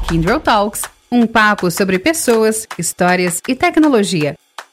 Kyndryl Talks, um papo sobre pessoas, histórias e tecnologia.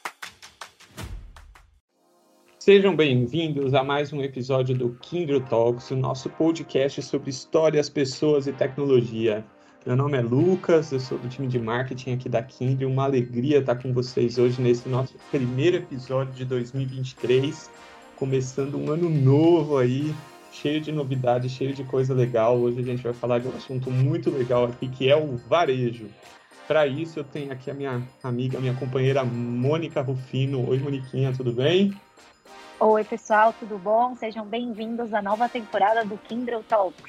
Sejam bem-vindos a mais um episódio do Kyndryl Talks, o nosso podcast sobre histórias, pessoas e tecnologia. Meu nome é Lucas, eu sou do time de marketing aqui da Kyndryl. Uma alegria estar com vocês hoje nesse nosso primeiro episódio de 2023, começando um ano novo aí, cheio de novidades, cheio de coisa legal. Hoje a gente vai falar de um assunto muito legal aqui, que é o varejo. Para isso eu tenho aqui a minha amiga, minha companheira Mônica Rufino. Oi, Moniquinha, tudo bem? Oi, pessoal, tudo bom? Sejam bem-vindos à nova temporada do Kyndryl Talks.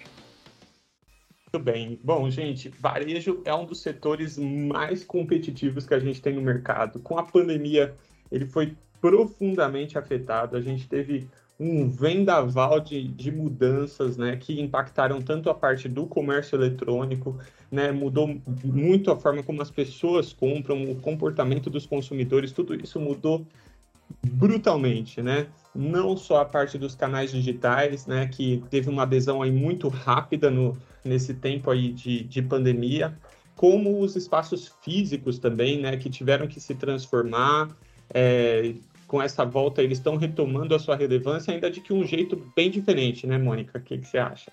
Muito bem. Bom, gente, varejo é um dos setores mais competitivos que a gente tem no mercado. Com a pandemia, ele foi profundamente afetado. A gente teve um vendaval de mudanças, né, que impactaram tanto a parte do comércio eletrônico, né, mudou muito a forma como as pessoas compram, o comportamento dos consumidores, tudo isso mudou brutalmente, né? Não só a parte dos canais digitais, né, que teve uma adesão aí muito rápida nesse tempo aí de pandemia, como os espaços físicos também, né, que tiveram que se transformar. Com essa volta, eles estão retomando a sua relevância, ainda de que um jeito bem diferente, né, Mônica? O que você acha?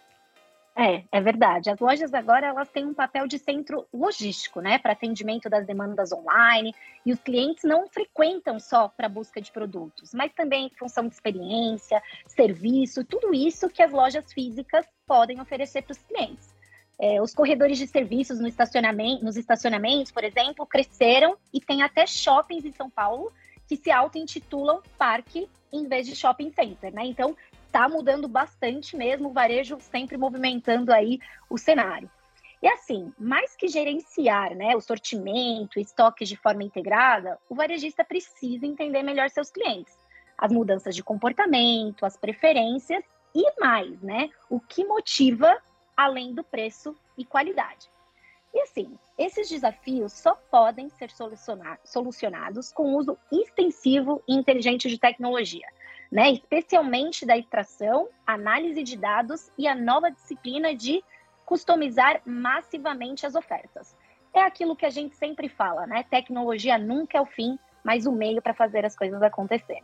É verdade. As lojas agora elas têm um papel de centro logístico, né, para atendimento das demandas online, e os clientes não frequentam só para busca de produtos, mas também em função de experiência, serviço, tudo isso que as lojas físicas podem oferecer para os clientes. Os corredores de serviços nos estacionamentos, por exemplo, cresceram e tem até shoppings em São Paulo que se auto-intitulam parque em vez de shopping center, né? Então, está mudando bastante mesmo, o varejo sempre movimentando aí o cenário. E assim, mais que gerenciar, né, o sortimento, estoques de forma integrada, o varejista precisa entender melhor seus clientes, as mudanças de comportamento, as preferências e mais, né, o que motiva além do preço e qualidade. E assim, esses desafios só podem ser solucionados com o uso extensivo e inteligente de tecnologia, né? Especialmente da extração, análise de dados e a nova disciplina de customizar massivamente as ofertas. É aquilo que a gente sempre fala, né? Tecnologia nunca é o fim, mas o meio para fazer as coisas acontecerem.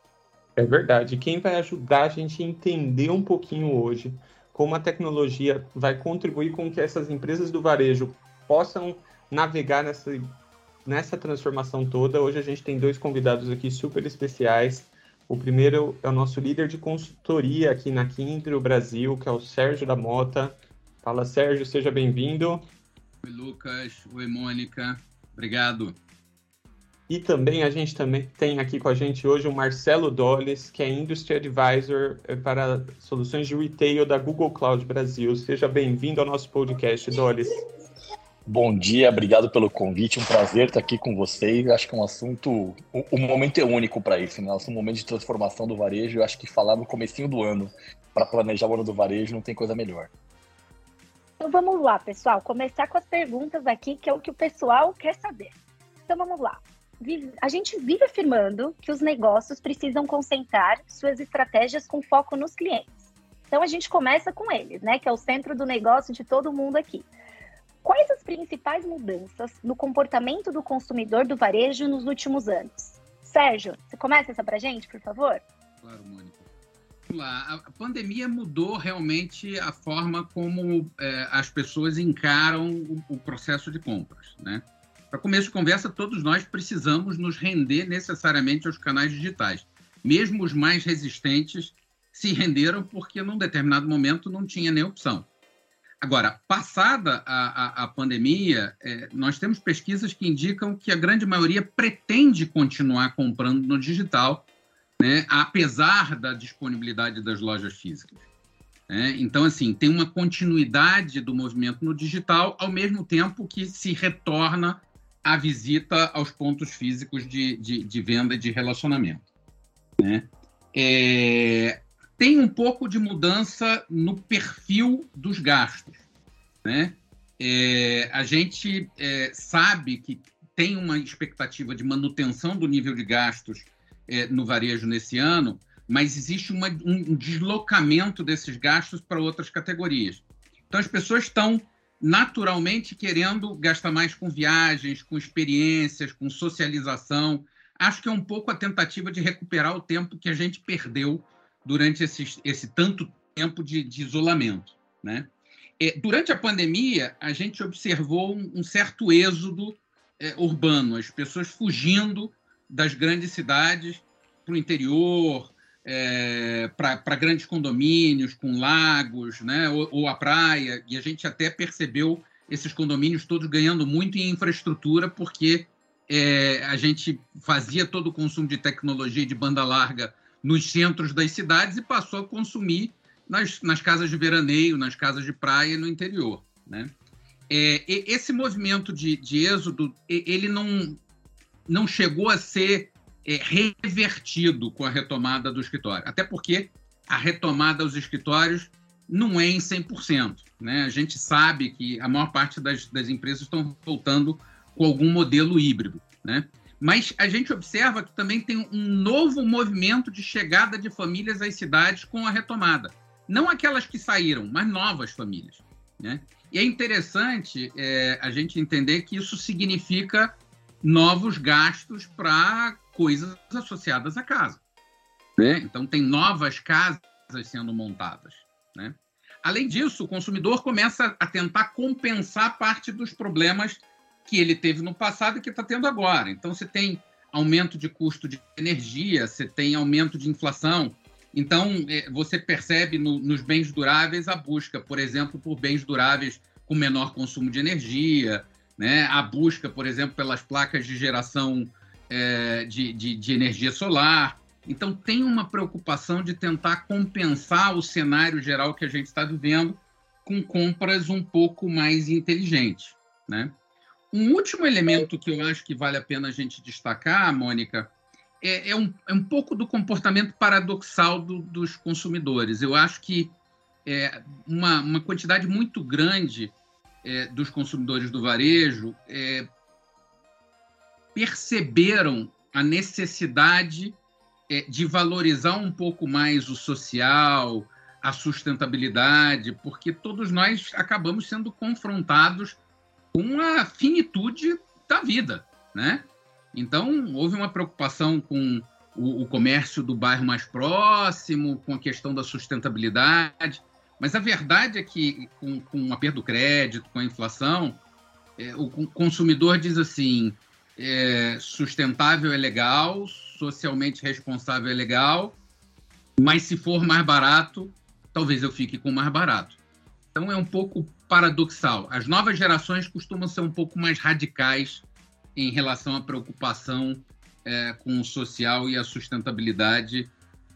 É verdade. Quem vai ajudar a gente a entender um pouquinho hoje como a tecnologia vai contribuir com que essas empresas do varejo possam navegar nessa transformação toda. Hoje a gente tem dois convidados aqui super especiais. O primeiro é o nosso líder de consultoria aqui na Kyndryl Brasil, que é o Sérgio da Mota. Fala, Sérgio, seja bem-vindo. Oi, Lucas. Oi, Mônica. Obrigado. E também a gente tem aqui com a gente hoje o Marcelo Dolles, que é Industry Advisor para soluções de retail da Google Cloud Brasil. Seja bem-vindo ao nosso podcast, Dolles. Bom dia, obrigado pelo convite, um prazer estar aqui com vocês. Acho que é um assunto, o momento é único para isso, né? Um momento de transformação do varejo. Eu acho que falar no comecinho do ano para planejar o ano do varejo não tem coisa melhor. Então vamos lá, pessoal, começar com as perguntas aqui, que é o que o pessoal quer saber. Então vamos lá. A gente vive afirmando que os negócios precisam concentrar suas estratégias com foco nos clientes. Então a gente começa com eles, né? Que é o centro do negócio de todo mundo aqui. Quais as principais mudanças no comportamento do consumidor do varejo nos últimos anos? Sérgio, você começa essa pra gente, por favor? Claro, Mônica. Vamos lá. A pandemia mudou realmente a forma como as pessoas encaram o processo de compras, né? Para começo de conversa, todos nós precisamos nos render necessariamente aos canais digitais. Mesmo os mais resistentes se renderam porque, num determinado momento, não tinha nem opção. Agora, passada a pandemia, nós temos pesquisas que indicam que a grande maioria pretende continuar comprando no digital, né, apesar da disponibilidade das lojas físicas. Então, assim, tem uma continuidade do movimento no digital, ao mesmo tempo que se retorna a visita aos pontos físicos de venda e de relacionamento, né? Tem um pouco de mudança no perfil dos gastos, né? A gente sabe que tem uma expectativa de manutenção do nível de gastos no varejo nesse ano, mas existe um deslocamento desses gastos para outras categorias. Então, as pessoas estão naturalmente querendo gastar mais com viagens, com experiências, com socialização. Acho que é um pouco a tentativa de recuperar o tempo que a gente perdeu durante esse tanto tempo de isolamento, né? Durante a pandemia, a gente observou um certo êxodo urbano, as pessoas fugindo das grandes cidades para o interior, para grandes condomínios com lagos, né, ou a praia, e a gente até percebeu esses condomínios todos ganhando muito em infraestrutura, porque a gente fazia todo o consumo de tecnologia de banda larga nos centros das cidades e passou a consumir nas casas de veraneio, nas casas de praia no interior, né? Esse movimento de êxodo, ele não chegou a ser revertido com a retomada do escritório, até porque a retomada aos escritórios não é em 100%, né? A gente sabe que a maior parte das empresas estão voltando com algum modelo híbrido, né? Mas a gente observa que também tem um novo movimento de chegada de famílias às cidades com a retomada. Não aquelas que saíram, mas novas famílias, né? E é interessante a gente entender que isso significa novos gastos para coisas associadas à casa, né? Então, tem novas casas sendo montadas, né? Além disso, o consumidor começa a tentar compensar parte dos problemas que ele teve no passado e que está tendo agora. Então, você tem aumento de custo de energia, você tem aumento de inflação. Então, você percebe nos bens duráveis a busca, por exemplo, por bens duráveis com menor consumo de energia, né? A busca, por exemplo, pelas placas de geração de energia solar. Então, tem uma preocupação de tentar compensar o cenário geral que a gente está vivendo com compras um pouco mais inteligentes, né? Um último elemento que eu acho que vale a pena a gente destacar, Mônica, é um pouco do comportamento paradoxal dos consumidores. Eu acho que uma quantidade muito grande dos consumidores do varejo perceberam a necessidade de valorizar um pouco mais o social, a sustentabilidade, porque todos nós acabamos sendo confrontados com a finitude da vida, né? Então, houve uma preocupação com o comércio do bairro mais próximo, com a questão da sustentabilidade, mas a verdade é que, com a perda do crédito, com a inflação, o consumidor diz assim, sustentável é legal, socialmente responsável é legal, mas se for mais barato, talvez eu fique com mais barato. Então, é um pouco paradoxal. As novas gerações costumam ser um pouco mais radicais em relação à preocupação com o social e a sustentabilidade,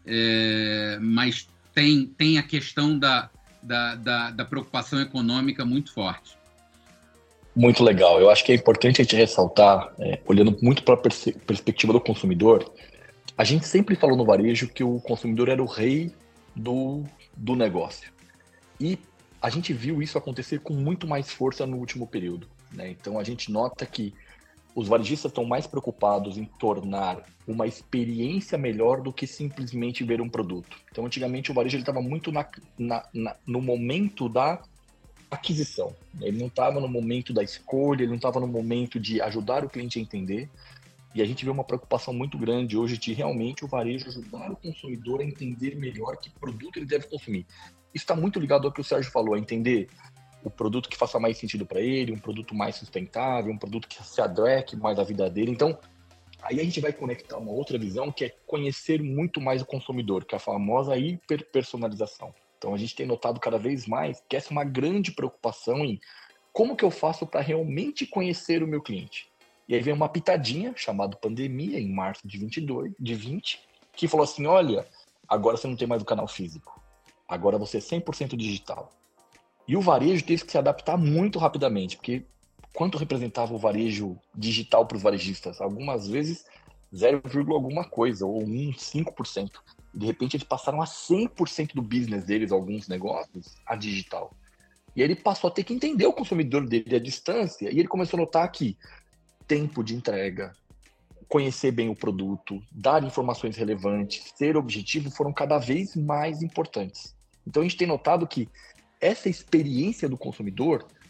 mas tem a questão da preocupação econômica muito forte. Muito legal. Eu acho que é importante a gente ressaltar, olhando muito para a perspectiva do consumidor, a gente sempre falou no varejo que o consumidor era o rei do negócio. E a gente viu isso acontecer com muito mais força no último período, né? Então, a gente nota que os varejistas estão mais preocupados em tornar uma experiência melhor do que simplesmente ver um produto. Então, antigamente, o varejo estava muito no momento da aquisição. Ele não estava no momento da escolha, ele não estava no momento de ajudar o cliente a entender. E a gente vê uma preocupação muito grande hoje de realmente o varejo ajudar o consumidor a entender melhor que produto ele deve consumir. Isso está muito ligado ao que o Sérgio falou, a entender o produto que faça mais sentido para ele, um produto mais sustentável, um produto que se adeque mais à vida dele. Então, aí a gente vai conectar uma outra visão, que é conhecer muito mais o consumidor, que é a famosa hiperpersonalização. Então, a gente tem notado cada vez mais que essa é uma grande preocupação em como que eu faço para realmente conhecer o meu cliente. E aí vem uma pitadinha chamada pandemia, em março de 20, que falou assim, olha, agora você não tem mais o canal físico, agora você é 100% digital. E o varejo teve que se adaptar muito rapidamente, porque quanto representava o varejo digital para os varejistas? Algumas vezes 0, alguma coisa, ou 5%. De repente eles passaram a 100% do business deles, alguns negócios, a digital. E aí ele passou a ter que entender o consumidor dele à distância, e ele começou a notar que tempo de entrega, conhecer bem o produto, dar informações relevantes, ser objetivo foram cada vez mais importantes. Então a gente tem notado que essa experiência do consumidor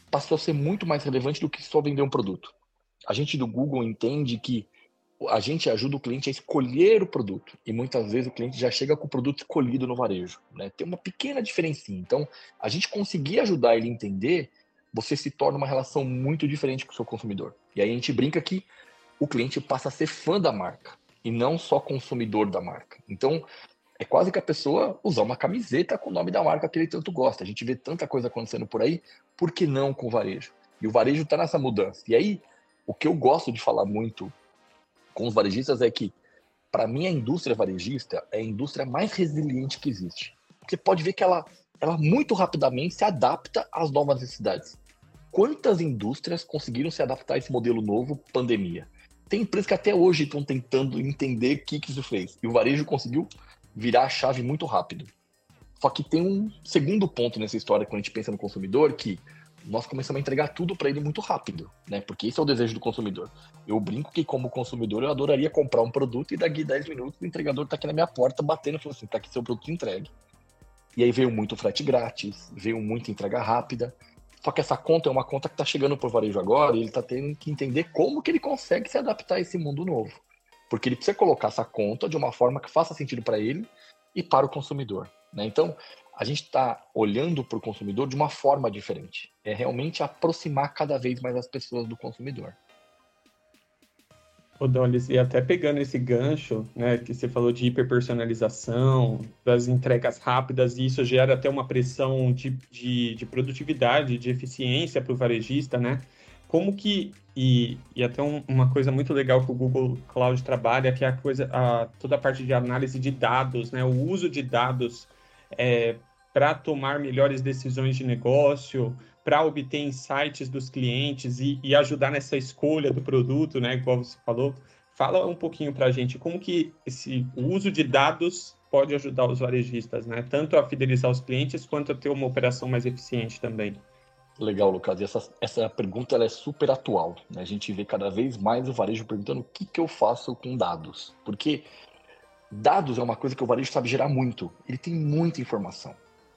passou a ser muito mais relevante do que só vender um produto. A gente do Google entende que a gente ajuda o cliente a escolher o produto e muitas vezes o cliente já chega com o produto escolhido no varejo, né? Tem uma pequena diferencinha. Então, a gente conseguir ajudar ele a entender, você se torna uma relação muito diferente com o seu consumidor. E aí a gente brinca que o cliente passa a ser fã da marca e não só consumidor da marca. Então, é quase que a pessoa usar uma camiseta com o nome da marca que ele tanto gosta. A gente vê tanta coisa acontecendo por aí, por que não com o varejo? E o varejo está nessa mudança. E aí, o que eu gosto de falar muito com os varejistas é que, para mim, a indústria varejista é a indústria mais resiliente que existe. Você pode ver que ela muito rapidamente se adapta às novas necessidades. Quantas indústrias conseguiram se adaptar a esse modelo novo, pandemia? Tem empresas que até hoje estão tentando entender o que isso fez. E o varejo conseguiu virar a chave muito rápido. Só que tem um segundo ponto nessa história, quando a gente pensa no consumidor, que nós começamos a entregar tudo para ele muito rápido, né? Porque esse é o desejo do consumidor. Eu brinco que, como consumidor, eu adoraria comprar um produto e daqui 10 minutos o entregador está aqui na minha porta batendo e falando assim, tá aqui seu produto entregue. E aí veio muito frete grátis, veio muita entrega rápida. Só que essa conta é uma conta que está chegando para o varejo agora e ele está tendo que entender como que ele consegue se adaptar a esse mundo novo. Porque ele precisa colocar essa conta de uma forma que faça sentido para ele e para o consumidor, né? Então, a gente está olhando para o consumidor de uma forma diferente. É realmente aproximar cada vez mais as pessoas do consumidor. Ô, Dolis, e até pegando esse gancho, né, que você falou de hiperpersonalização, das entregas rápidas, e isso gera até uma pressão de produtividade, de eficiência para o varejista, né? Como que, e até uma coisa muito legal que o Google Cloud trabalha, que é toda a parte de análise de dados, né? O uso de dados para tomar melhores decisões de negócio, para obter insights dos clientes e ajudar nessa escolha do produto, né? Igual você falou. Fala um pouquinho para a gente como que o uso de dados pode ajudar os varejistas, né? Tanto a fidelizar os clientes quanto a ter uma operação mais eficiente também. Legal, Lucas. E essa pergunta ela é super atual, né? A gente vê cada vez mais o varejo perguntando o que eu faço com dados. Porque dados é uma coisa que o varejo sabe gerar muito. Ele tem muita informação.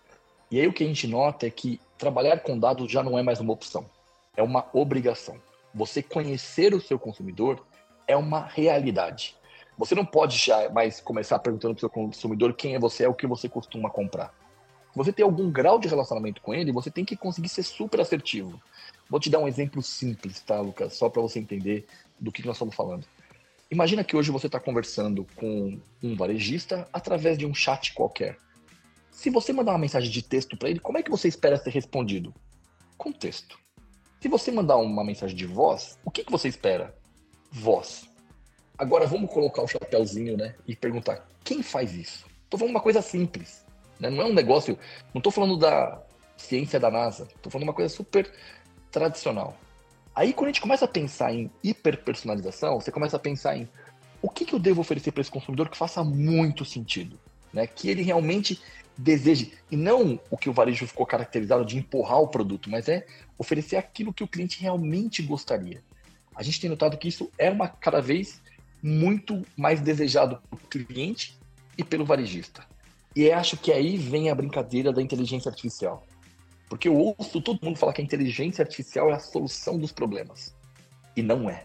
E aí o que a gente nota é que trabalhar com dados já não é mais uma opção. É uma obrigação. Você conhecer o seu consumidor é uma realidade. Você não pode já mais começar perguntando para o seu consumidor quem é você, o que você costuma comprar. Se você tem algum grau de relacionamento com ele, você tem que conseguir ser super assertivo. Vou te dar um exemplo simples, tá, Lucas? Só para você entender do que nós estamos falando. Imagina que hoje você está conversando com um varejista através de um chat qualquer. Se você mandar uma mensagem de texto para ele, como é que você espera ser respondido? Com texto. Se você mandar uma mensagem de voz, o que você espera? Voz. Agora vamos colocar o chapéuzinho, né, e perguntar, quem faz isso? Estou falando uma coisa simples, né? Não é um negócio, não estou falando da ciência da NASA, estou falando uma coisa super tradicional. Aí quando a gente começa a pensar em hiperpersonalização, você começa a pensar em o que eu devo oferecer para esse consumidor que faça muito sentido, né? Que ele realmente deseje, e não o que o varejo ficou caracterizado de empurrar o produto, mas é oferecer aquilo que o cliente realmente gostaria. A gente tem notado que isso é cada vez muito mais desejado pelo cliente e pelo varejista. E acho que aí vem a brincadeira da inteligência artificial. Porque eu ouço todo mundo falar que a inteligência artificial é a solução dos problemas. E não é.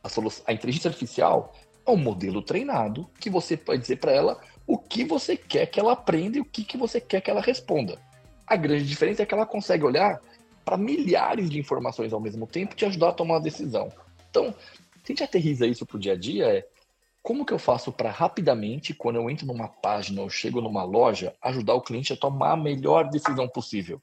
A inteligência artificial é um modelo treinado que você pode dizer para ela o que você quer que ela aprenda e o que você quer que ela responda. A grande diferença é que ela consegue olhar para milhares de informações ao mesmo tempo e te ajudar a tomar uma decisão. Então, se a gente aterriza isso para o dia a dia, como que eu faço para rapidamente, quando eu entro numa página ou chego numa loja, ajudar o cliente a tomar a melhor decisão possível?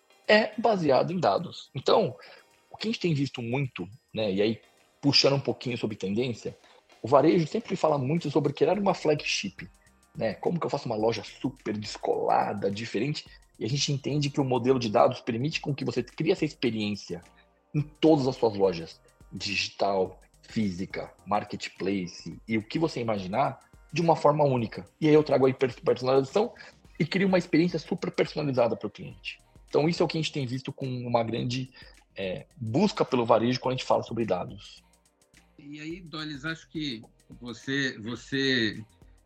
É baseado em dados. Então, o que a gente tem visto muito, né, e aí puxando um pouquinho sobre tendência, o varejo sempre fala muito sobre criar uma flagship, né? Como que eu faço uma loja super descolada, diferente? E a gente entende que o modelo de dados permite com que você crie essa experiência em todas as suas lojas, digital, física, marketplace e o que você imaginar, de uma forma única. E aí eu trago a hiperpersonalização e crio uma experiência super personalizada para o cliente. Então isso é o que a gente tem visto com uma grande busca pelo varejo quando a gente fala sobre dados. E aí, Dolis, acho que você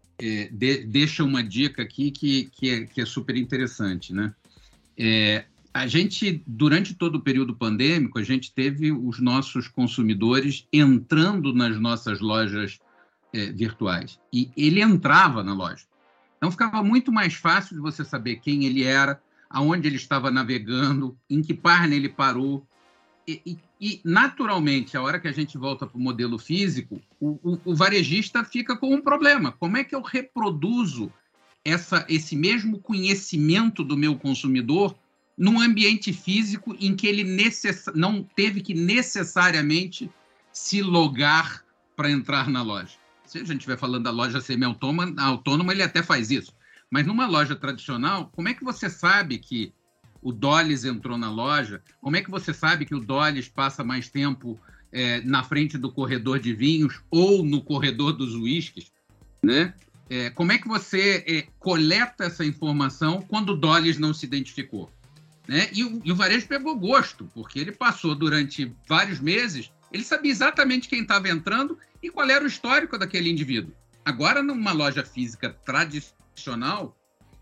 deixa uma dica aqui que é super interessante, né? A gente, durante todo o período pandêmico, a gente teve os nossos consumidores entrando nas nossas lojas virtuais. E ele entrava na loja. Então, ficava muito mais fácil de você saber quem ele era, aonde ele estava navegando, em que página ele parou. E, naturalmente, a hora que a gente volta para o modelo físico, o varejista fica com um problema. Como é que eu reproduzo esse mesmo conhecimento do meu consumidor num ambiente físico em que ele não teve que necessariamente se logar para entrar na loja? Se a gente estiver falando da loja semi-autônoma, ele até faz isso. Mas numa loja tradicional, como é que você sabe que o Dolly's entrou na loja? Como é que você sabe que o Dolly's passa mais tempo na frente do corredor de vinhos ou no corredor dos uísques, né? Como é que você coleta essa informação quando o Dolly's não se identificou? Né? E o varejo pegou gosto, porque ele passou durante vários meses, ele sabia exatamente quem estava entrando e qual era o histórico daquele indivíduo. Agora, numa loja física tradicional,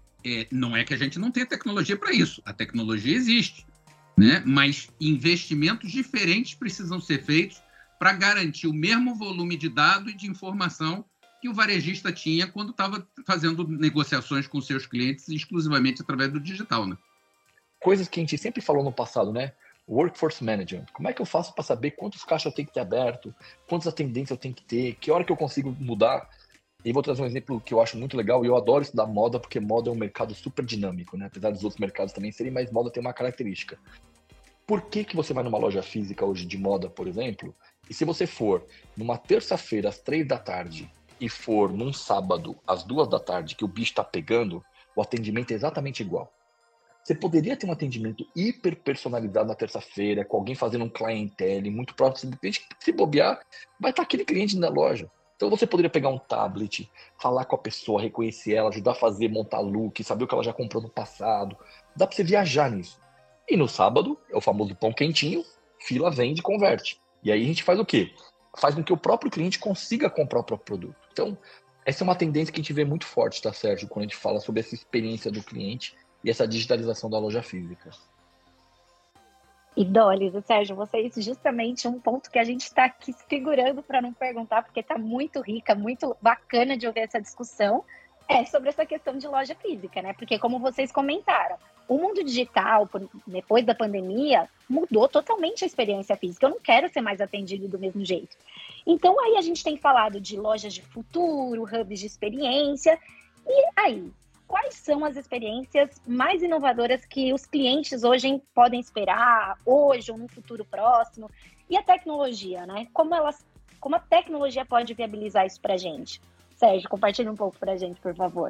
não é que a gente não tenha tecnologia para isso. A tecnologia existe, né? Mas investimentos diferentes precisam ser feitos para garantir o mesmo volume de dado e de informação que o varejista tinha quando estava fazendo negociações com seus clientes exclusivamente através do digital, né? Coisas que a gente sempre falou no passado, né? Workforce Management. Como é que eu faço para saber quantos caixas eu tenho que ter aberto, quantas atendentes eu tenho que ter, que hora que eu consigo mudar? E vou trazer um exemplo que eu acho muito legal, e eu adoro estudar moda, porque moda é um mercado super dinâmico, né? Apesar dos outros mercados também serem, mas moda tem uma característica. Por que você vai numa loja física hoje de moda, por exemplo, e se você for numa terça-feira às 3 da tarde e for num sábado às 2 da tarde, que o bicho está pegando, o atendimento é exatamente igual. Você poderia ter um atendimento hiper personalizado na terça-feira, com alguém fazendo um clientele muito próximo. Se bobear, vai estar aquele cliente na loja. Então você poderia pegar um tablet, falar com a pessoa, reconhecer ela, ajudar a fazer, montar look, saber o que ela já comprou no passado. Dá para você viajar nisso. E no sábado, é o famoso pão quentinho, fila vende e converte. E aí a gente faz o quê? Faz com que o próprio cliente consiga comprar o próprio produto. Então, essa é uma tendência que a gente vê muito forte, tá, Sérgio? Quando a gente fala sobre essa experiência do cliente e essa digitalização da loja física. E Dolly's, Sérgio, vocês justamente um ponto que a gente está aqui segurando para não perguntar, porque está muito rica, muito bacana de ouvir essa discussão, é sobre essa questão de loja física, né? Porque como vocês comentaram, o mundo digital, depois da pandemia, mudou totalmente a experiência física. Eu não quero ser mais atendido do mesmo jeito. Então aí a gente tem falado de lojas de futuro, hubs de experiência, e aí, quais são as experiências mais inovadoras que os clientes hoje podem esperar, hoje ou no futuro próximo? E a tecnologia, né? Como a tecnologia pode viabilizar isso para a gente? Sérgio, compartilha um pouco para a gente, por favor.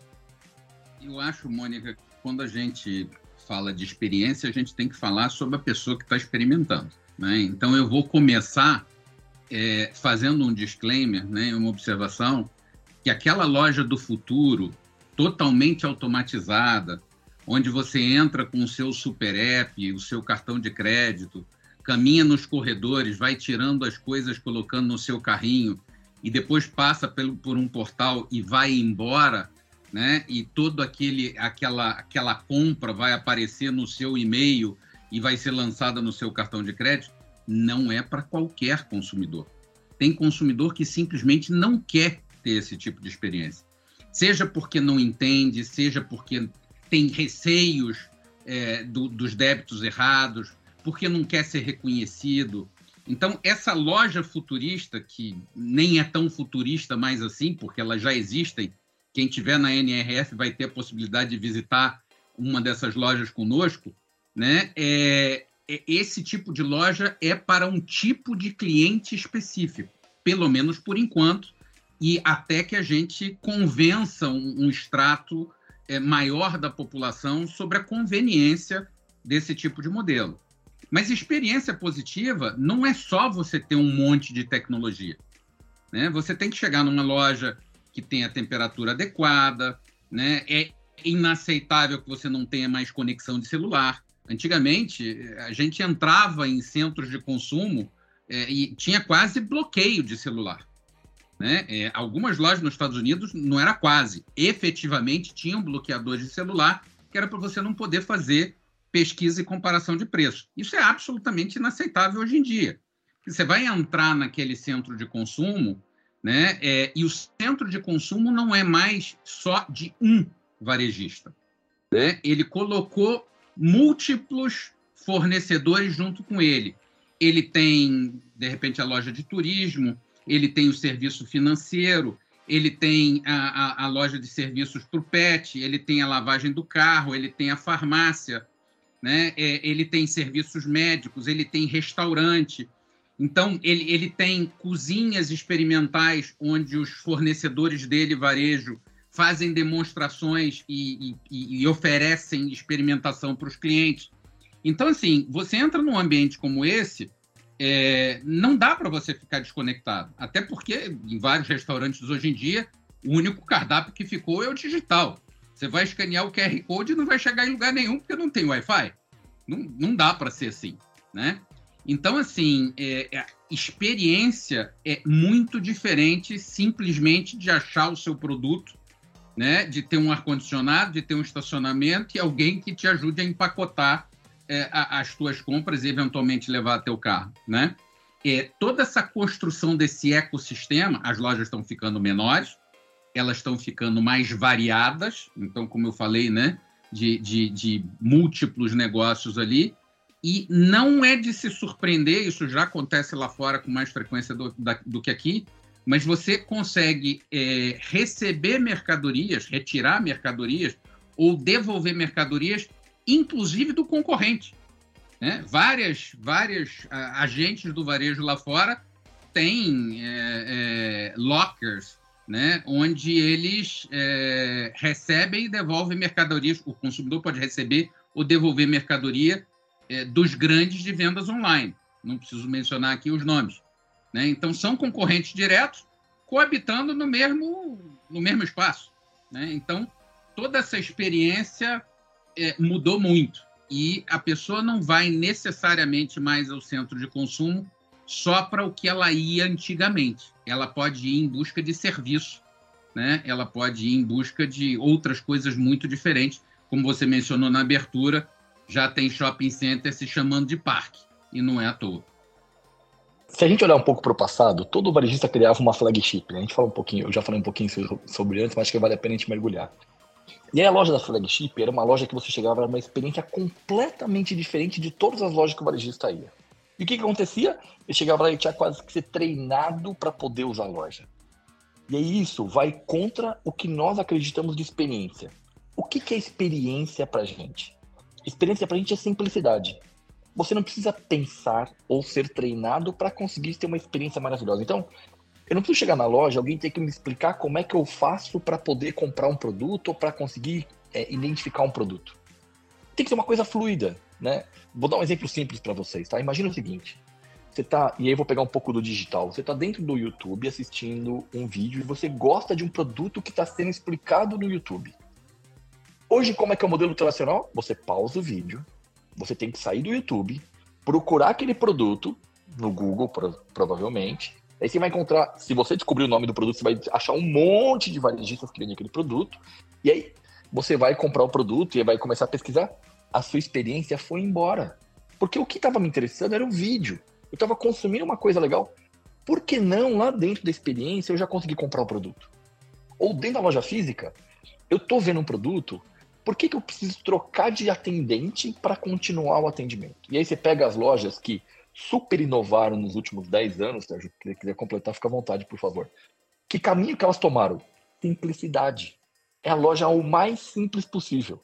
Eu acho, Mônica, que quando a gente fala de experiência, a gente tem que falar sobre a pessoa que está experimentando, né? Então, eu vou começar fazendo um disclaimer, né, uma observação, que aquela loja do futuro totalmente automatizada, onde você entra com o seu super app, o seu cartão de crédito, caminha nos corredores, vai tirando as coisas, colocando no seu carrinho e depois passa por um portal e vai embora, né? E toda aquela compra vai aparecer no seu e-mail e vai ser lançada no seu cartão de crédito, não é para qualquer consumidor. Tem consumidor que simplesmente não quer ter esse tipo de experiência. Seja porque não entende, seja porque tem receios dos débitos errados, porque não quer ser reconhecido. Então, essa loja futurista, que nem é tão futurista mais assim, porque elas já existem, quem tiver na NRF vai ter a possibilidade de visitar uma dessas lojas conosco, né? Esse tipo de loja é para um tipo de cliente específico, pelo menos por enquanto, e até que a gente convença um extrato maior da população sobre a conveniência desse tipo de modelo. Mas experiência positiva não é só você ter um monte de tecnologia, né? Você tem que chegar numa loja que tenha a temperatura adequada, né? É inaceitável que você não tenha mais conexão de celular. Antigamente, a gente entrava em centros de consumo e tinha quase bloqueio de celular, né? Algumas lojas nos Estados Unidos não era quase, efetivamente tinham bloqueadores de celular, que era para você não poder fazer pesquisa e comparação de preço. Isso é absolutamente inaceitável hoje em dia. Você vai entrar naquele centro de consumo, né, e o centro de consumo não é mais só de um varejista, né? Ele colocou múltiplos fornecedores junto com ele. Ele tem, de repente, a loja de turismo, ele tem o serviço financeiro, ele tem a loja de serviços para o pet, ele tem a lavagem do carro, ele tem a farmácia, né? Ele tem serviços médicos, ele tem restaurante. Então, ele tem cozinhas experimentais onde os fornecedores dele, varejo, fazem demonstrações e oferecem experimentação para os clientes. Então, assim, você entra num ambiente como esse, não dá para você ficar desconectado. Até porque, em vários restaurantes hoje em dia, o único cardápio que ficou é o digital. Você vai escanear o QR Code e não vai chegar em lugar nenhum porque não tem Wi-Fi. Não dá para ser assim, né? Então, assim, a experiência é muito diferente simplesmente de achar o seu produto, né? De ter um ar-condicionado, de ter um estacionamento e alguém que te ajude a empacotar as tuas compras e eventualmente levar até o carro, né? Toda essa construção desse ecossistema, as lojas estão ficando menores, elas estão ficando mais variadas, então, como eu falei, né? De múltiplos negócios ali, e não é de se surpreender, isso já acontece lá fora com mais frequência do que aqui, mas você consegue receber mercadorias, retirar mercadorias ou devolver mercadorias, inclusive do concorrente, né? Várias agentes do varejo lá fora têm lockers, né? Onde eles recebem e devolvem mercadorias. O consumidor pode receber ou devolver mercadoria dos grandes de vendas online. Não preciso mencionar aqui os nomes, né? Então, são concorrentes diretos coabitando no mesmo espaço, né? Então, toda essa experiência mudou muito. E a pessoa não vai necessariamente mais ao centro de consumo só para o que ela ia antigamente. Ela pode ir em busca de serviço, né? Ela pode ir em busca de outras coisas muito diferentes. Como você mencionou na abertura, já tem shopping center se chamando de parque, e não é à toa. Se a gente olhar um pouco para o passado, todo varejista criava uma flagship, né? A gente fala um pouquinho, eu já falei um pouquinho sobre antes, mas acho que vale a pena a gente mergulhar. E aí a loja da flagship era uma loja que você chegava, era uma experiência completamente diferente de todas as lojas que o varejista ia. E o que acontecia? Ele chegava lá e tinha quase que ser treinado para poder usar a loja. E aí isso vai contra o que nós acreditamos de experiência. O que é experiência para a gente? Experiência para a gente é simplicidade. Você não precisa pensar ou ser treinado para conseguir ter uma experiência maravilhosa. Então, eu não preciso chegar na loja, alguém tem que me explicar como é que eu faço para poder comprar um produto ou para conseguir identificar um produto. Tem que ser uma coisa fluida, né? Vou dar um exemplo simples para vocês, tá? Imagina o seguinte, e aí eu vou pegar um pouco do digital, você está dentro do YouTube assistindo um vídeo e você gosta de um produto que está sendo explicado no YouTube. Hoje, como é que é o modelo tradicional? Você pausa o vídeo, você tem que sair do YouTube, procurar aquele produto no Google, provavelmente. Aí você vai encontrar, se você descobrir o nome do produto, você vai achar um monte de varejistas que vendem aquele produto. E aí você vai comprar o produto e vai começar a pesquisar. A sua experiência foi embora. Porque o que estava me interessando era o vídeo. Eu estava consumindo uma coisa legal. Por que não, lá dentro da experiência, eu já consegui comprar o produto? Ou dentro da loja física, eu estou vendo um produto, por que eu preciso trocar de atendente para continuar o atendimento? E aí você pega as lojas que super inovaram nos últimos 10 anos, Sérgio, se quiser completar, fica à vontade, por favor. Que caminho que elas tomaram? Simplicidade. É a loja o mais simples possível.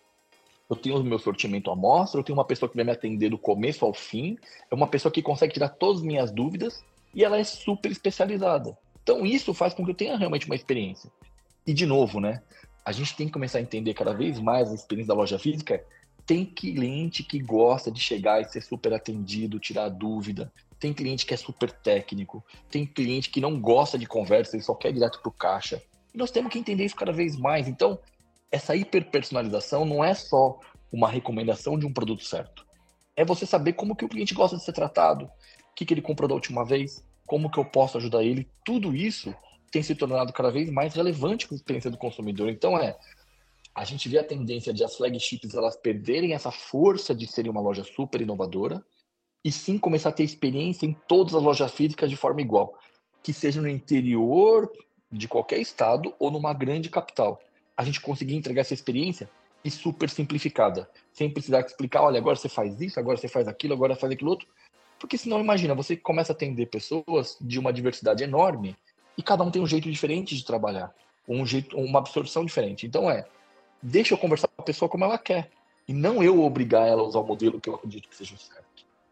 Eu tenho o meu sortimento à mostra, eu tenho uma pessoa que vai me atender do começo ao fim, é uma pessoa que consegue tirar todas as minhas dúvidas e ela é super especializada. Então isso faz com que eu tenha realmente uma experiência. E de novo, né? A gente tem que começar a entender cada vez mais a experiência da loja física. Tem cliente que gosta de chegar e ser super atendido, tirar dúvida. Tem cliente que é super técnico. Tem cliente que não gosta de conversa, ele só quer ir direto para o caixa. E nós temos que entender isso cada vez mais. Então, essa hiperpersonalização não é só uma recomendação de um produto certo. É você saber como que o cliente gosta de ser tratado, o que ele comprou da última vez, como que eu posso ajudar ele. Tudo isso tem se tornado cada vez mais relevante para a experiência do consumidor. Então, A gente vê a tendência de as flagships elas perderem essa força de serem uma loja super inovadora e sim começar a ter experiência em todas as lojas físicas de forma igual, que seja no interior de qualquer estado ou numa grande capital. A gente conseguir entregar essa experiência e super simplificada, sem precisar explicar, olha, agora você faz isso, agora você faz aquilo, agora faz aquilo outro, porque senão, imagina, você começa a atender pessoas de uma diversidade enorme e cada um tem um jeito diferente de trabalhar, uma absorção diferente. Então deixa eu conversar com a pessoa como ela quer, e não eu obrigar ela a usar o modelo que eu acredito que seja o certo.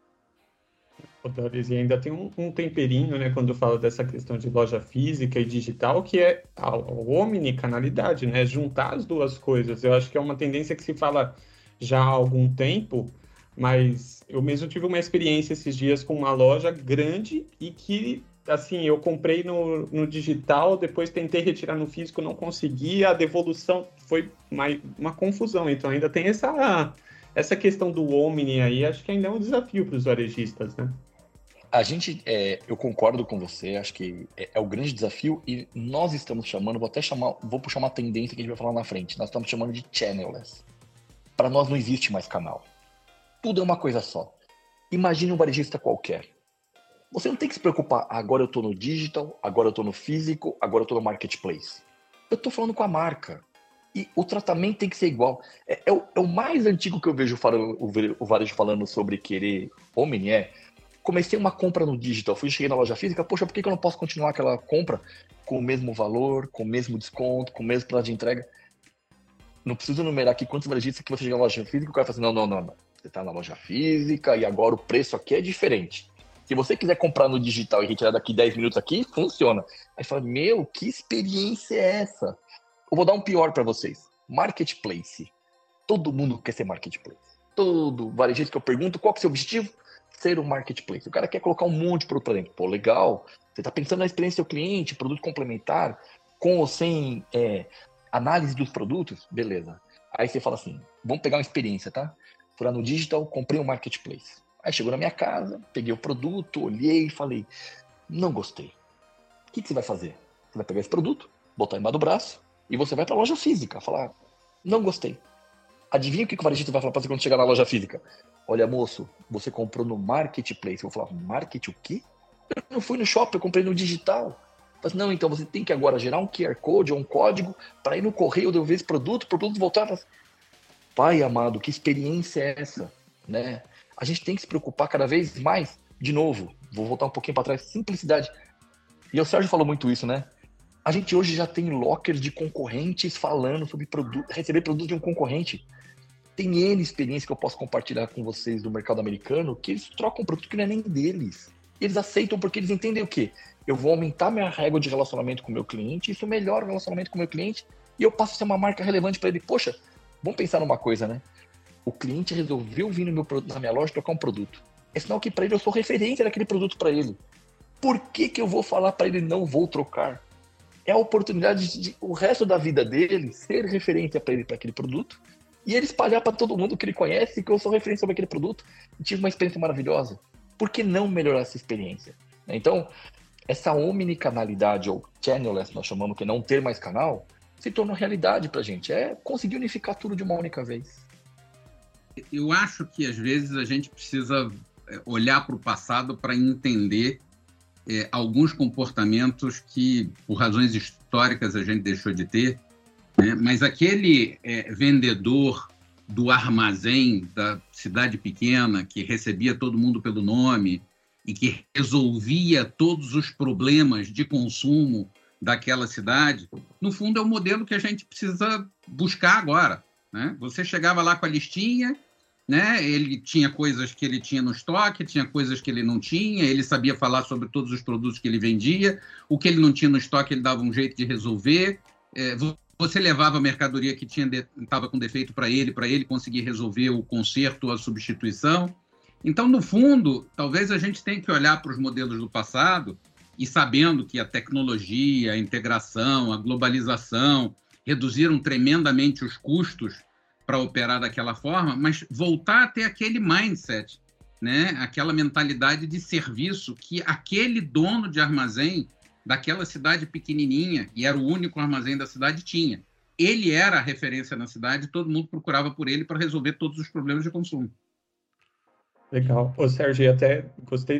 E ainda tem um temperinho, né, quando fala dessa questão de loja física e digital, que é a omnicanalidade, né, juntar as duas coisas. Eu acho que é uma tendência que se fala já há algum tempo, mas eu mesmo tive uma experiência esses dias com uma loja grande e que, assim, eu comprei no digital, depois tentei retirar no físico, não consegui, a devolução foi uma confusão. Então ainda tem essa questão do omni aí, acho que ainda é um desafio para os varejistas, né? Eu concordo com você, acho que é o grande desafio e nós estamos chamando, vou puxar uma tendência que a gente vai falar na frente, nós estamos chamando de channelless. Para nós não existe mais canal. Tudo é uma coisa só. Imagine um varejista qualquer. Você não tem que se preocupar, agora eu estou no digital, agora eu estou no físico, agora eu estou no marketplace. Eu estou falando com a marca. E o tratamento tem que ser igual. É o mais antigo que eu vejo o varejo falando sobre querer omni comecei uma compra no digital, cheguei na loja física, poxa, por que eu não posso continuar aquela compra com o mesmo valor, com o mesmo desconto, com o mesmo prazo de entrega? Não preciso enumerar aqui quantos varejistas que você chega na loja física e o cara fala assim, não. Você está na loja física e agora o preço aqui é diferente. Se você quiser comprar no digital e retirar daqui 10 minutos aqui, funciona. Aí fala, que experiência é essa? Eu vou dar um pior para vocês. Marketplace. Todo mundo quer ser marketplace. Todo varejista que eu pergunto, qual que é o seu objetivo? Ser um marketplace. O cara quer colocar um monte de produto para dentro. Pô, legal. Você está pensando na experiência do cliente, produto complementar, com ou sem análise dos produtos? Beleza. Aí você fala assim, vamos pegar uma experiência, tá? Fui lá no digital, comprei um marketplace. Aí chegou na minha casa, peguei o produto, olhei e falei, não gostei. O que você vai fazer? Você vai pegar esse produto, botar embaixo do braço, e você vai para a loja física, falar, não gostei. Adivinha o que o varejista vai falar para você quando chegar na loja física? Olha, moço, você comprou no marketplace. Eu vou falar, market o quê? Eu não fui no shopping, eu comprei no digital. Mas não, então você tem que agora gerar um QR Code ou um código para ir no correio devolver esse produto, para o produto voltar. Pai amado, que experiência é essa? Né? A gente tem que se preocupar cada vez mais. De novo, vou voltar um pouquinho para trás, simplicidade. E o Sérgio falou muito isso, né? A gente hoje já tem lockers de concorrentes falando sobre receber produto de um concorrente. Tem N experiência que eu posso compartilhar com vocês do mercado americano, que eles trocam um produto que não é nem deles. Eles aceitam porque eles entendem o quê? Eu vou aumentar minha régua de relacionamento com o meu cliente, isso melhora o relacionamento com o meu cliente, e eu passo a ser uma marca relevante para ele. Poxa, vamos pensar numa coisa, né? O cliente resolveu vir na minha loja trocar um produto. É sinal que para ele eu sou referência daquele produto para ele. Por que eu vou falar para ele não vou trocar? É a oportunidade de o resto da vida dele ser referência para ele para aquele produto e ele espalhar para todo mundo que ele conhece que eu sou referência sobre aquele produto e tive uma experiência maravilhosa. Por que não melhorar essa experiência? Então, essa omnicanalidade ou channelless, nós chamamos que não ter mais canal, se torna realidade para a gente. É conseguir unificar tudo de uma única vez. Eu acho que às vezes a gente precisa olhar para o passado para entender alguns comportamentos que, por razões históricas, a gente deixou de ter, né? Mas aquele vendedor do armazém da cidade pequena, que recebia todo mundo pelo nome e que resolvia todos os problemas de consumo daquela cidade, no fundo é o modelo que a gente precisa buscar agora, né? Você chegava lá com a listinha, né? Ele tinha coisas que ele tinha no estoque, tinha coisas que ele não tinha, ele sabia falar sobre todos os produtos que ele vendia, o que ele não tinha no estoque ele dava um jeito de resolver, você levava a mercadoria que estava com defeito para ele conseguir resolver o conserto ou a substituição. Então, no fundo, talvez a gente tenha que olhar para os modelos do passado e sabendo que a tecnologia, a integração, a globalização reduziram tremendamente os custos para operar daquela forma, mas voltar a ter aquele mindset, né? Aquela mentalidade de serviço que aquele dono de armazém daquela cidade pequenininha, e era o único armazém da cidade, tinha. ele era a referência na cidade, todo mundo procurava por ele para resolver todos os problemas de consumo. Legal. Ô, Sérgio, até gostei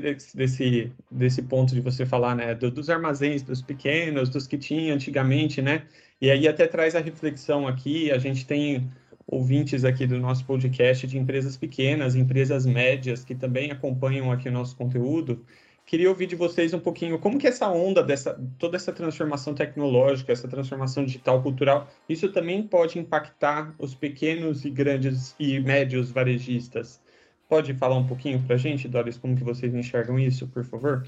desse ponto de você falar, né, dos armazéns, dos pequenos, dos que tinha antigamente, né? E aí até traz a reflexão aqui, a gente tem ouvintes aqui do nosso podcast de empresas pequenas, empresas médias, que também acompanham aqui o nosso conteúdo. Queria ouvir de vocês um pouquinho como que essa onda toda essa transformação tecnológica, essa transformação digital cultural, isso também pode impactar os pequenos e grandes e médios varejistas. Pode falar um pouquinho para a gente, Doris, como que vocês enxergam isso, por favor?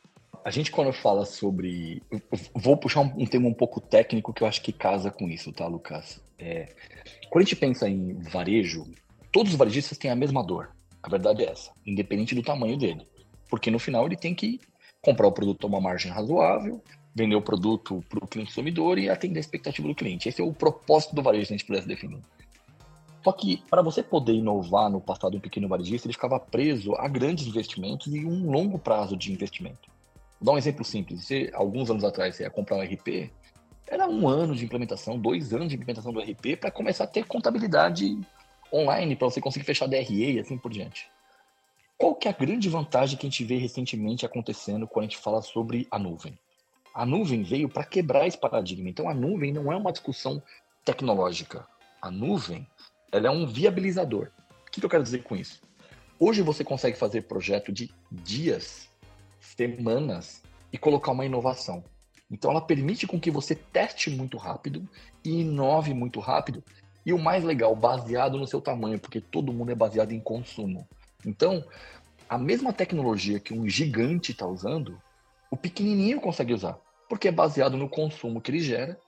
A gente, quando fala sobre... Vou puxar um tema um pouco técnico que eu acho que casa com isso, tá, Lucas? Quando a gente pensa em varejo, todos os varejistas têm a mesma dor. A verdade é essa, independente do tamanho dele. Porque no final ele tem que comprar o produto a uma margem razoável, vender o produto para o cliente consumidor e atender a expectativa do cliente. Esse é o propósito do varejo, se a gente pudesse definir. Só que, para você poder inovar no passado, um pequeno varejista, ele ficava preso a grandes investimentos e um longo prazo de investimento. Vou dar um exemplo simples. Alguns anos atrás, você ia comprar um RP, era 1 ano de implementação, 2 anos de implementação do RP para começar a ter contabilidade online, para você conseguir fechar DRE e assim por diante. Qual que é a grande vantagem que a gente vê recentemente acontecendo quando a gente fala sobre a nuvem? A nuvem veio para quebrar esse paradigma. Então, a nuvem não é uma discussão tecnológica. A nuvem, ela é um viabilizador. O que eu quero dizer com isso? Hoje você consegue fazer projeto de dias, semanas e colocar uma inovação. Então ela permite com que você teste muito rápido e inove muito rápido. E o mais legal, baseado no seu tamanho, porque todo mundo é baseado em consumo. Então, a mesma tecnologia que um gigante está usando, o pequenininho consegue usar, porque é baseado no consumo que ele gera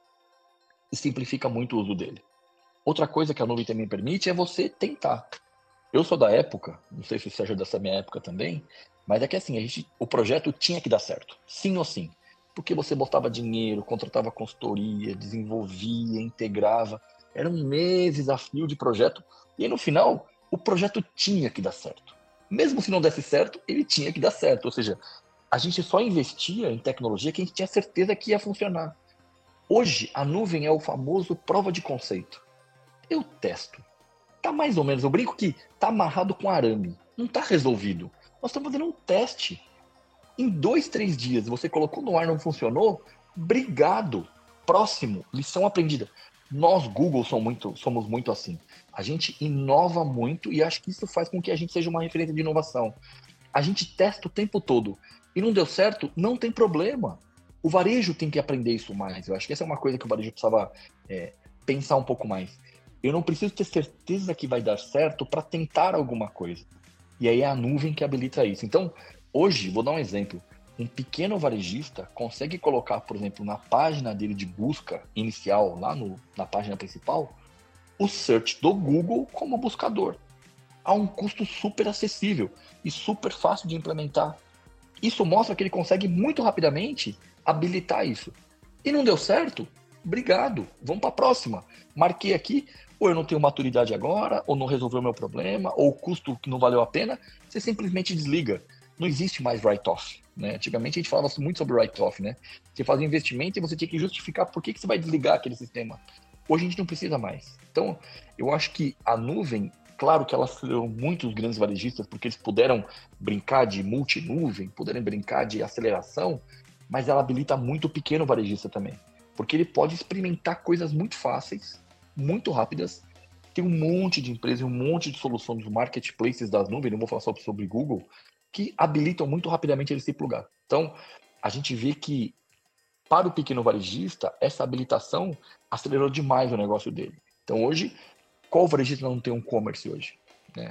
e simplifica muito o uso dele. Outra coisa que a nuvem também permite é você tentar. Eu sou da época, não sei se o Sérgio é dessa minha época também, mas é que assim, o projeto tinha que dar certo, sim ou sim. Porque você botava dinheiro, contratava consultoria, desenvolvia, integrava. Era um meses a fio de projeto. E aí, no final, o projeto tinha que dar certo. Mesmo se não desse certo, ele tinha que dar certo. Ou seja, a gente só investia em tecnologia que a gente tinha certeza que ia funcionar. Hoje, a nuvem é o famoso prova de conceito. Eu testo. Tá mais ou menos, eu brinco que tá amarrado com arame. Não tá resolvido. Nós estamos fazendo um teste. Em 2, 3 dias, você colocou no ar, não funcionou? Obrigado. Próximo, lição aprendida. Nós, Google, somos muito assim. A gente inova muito e acho que isso faz com que a gente seja uma referência de inovação. A gente testa o tempo todo. E não deu certo? Não tem problema. O varejo tem que aprender isso mais. Eu acho que essa é uma coisa que o varejo precisava pensar um pouco mais. Eu não preciso ter certeza que vai dar certo para tentar alguma coisa. E aí é a nuvem que habilita isso. Então, hoje, vou dar um exemplo. Um pequeno varejista consegue colocar, por exemplo, na página dele de busca inicial, lá na página principal, o search do Google como buscador. A um custo super acessível e super fácil de implementar. Isso mostra que ele consegue muito rapidamente habilitar isso. E não deu certo? Obrigado, vamos para a próxima. Marquei aqui, ou eu não tenho maturidade agora, ou não resolveu o meu problema, ou o custo que não valeu a pena, você simplesmente desliga. Não existe mais write-off, né? Antigamente a gente falava muito sobre write-off, né? Você fazia um investimento e você tinha que justificar por que você vai desligar aquele sistema. Hoje a gente não precisa mais. Então, eu acho que a nuvem, claro que ela acelerou muito os grandes varejistas, porque eles puderam brincar de multinuvem, puderam brincar de aceleração, mas ela habilita muito o pequeno varejista também. Porque ele pode experimentar coisas muito fáceis, muito rápidas. Tem um monte de empresas, um monte de soluções dos marketplaces das nuvens, não vou falar só sobre Google, que habilitam muito rapidamente ele se plugar. Então, a gente vê que, para o pequeno varejista, essa habilitação acelerou demais o negócio dele. Então, hoje, qual varejista não tem um e-commerce hoje? Né?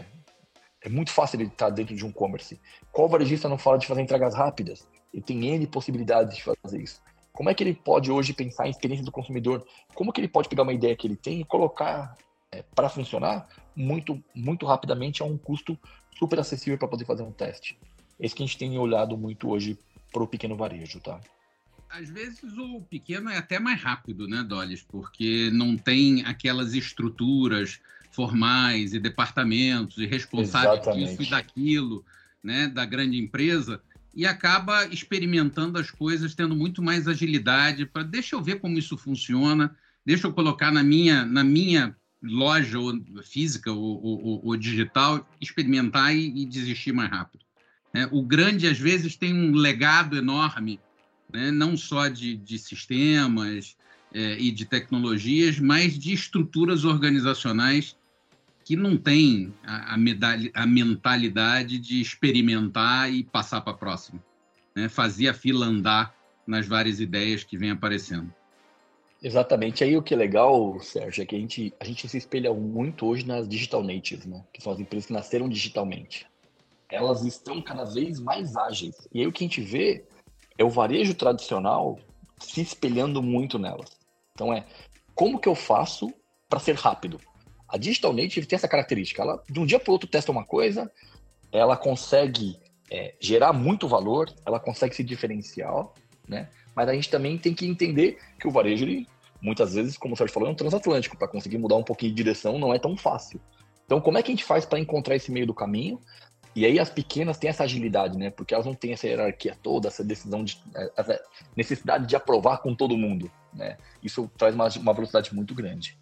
É muito fácil ele estar dentro de um e-commerce. Qual varejista não fala de fazer entregas rápidas? Ele tem N possibilidades de fazer isso. Como é que ele pode hoje pensar em experiência do consumidor? Como que ele pode pegar uma ideia que ele tem e colocar para funcionar muito, muito rapidamente a um custo super acessível para poder fazer um teste? Esse que a gente tem olhado muito hoje para o pequeno varejo, tá? Às vezes o pequeno é até mais rápido, né, Dolis? Porque não tem aquelas estruturas formais e departamentos e responsáveis disso e daquilo, né, da grande empresa, e acaba experimentando as coisas, tendo muito mais agilidade para deixa eu ver como isso funciona, deixa eu colocar na minha loja ou física ou digital, experimentar e desistir mais rápido. O grande, às vezes, tem um legado enorme, né? Não só de sistemas e de tecnologias, mas de estruturas organizacionais que não têm a mentalidade de experimentar e passar para a próxima, né? Fazer a fila andar nas várias ideias que vêm aparecendo. Exatamente. Aí o que é legal, Sérgio, é que a gente se espelha muito hoje nas digital natives, né? Que são as empresas que nasceram digitalmente. Elas estão cada vez mais ágeis. E aí o que a gente vê é o varejo tradicional se espelhando muito nelas. Então como que eu faço para ser rápido? A digital native tem essa característica. Ela, de um dia para o outro, testa uma coisa, ela consegue gerar muito valor, ela consegue se diferenciar, né? Mas a gente também tem que entender que o varejo, ele, muitas vezes, como o Sérgio falou, é um transatlântico. Para conseguir mudar um pouquinho de direção não é tão fácil. Então, como é que a gente faz para encontrar esse meio do caminho? E aí as pequenas têm essa agilidade, né? Porque elas não têm essa hierarquia toda, essa decisão, essa necessidade de aprovar com todo mundo, né? Isso traz uma velocidade muito grande.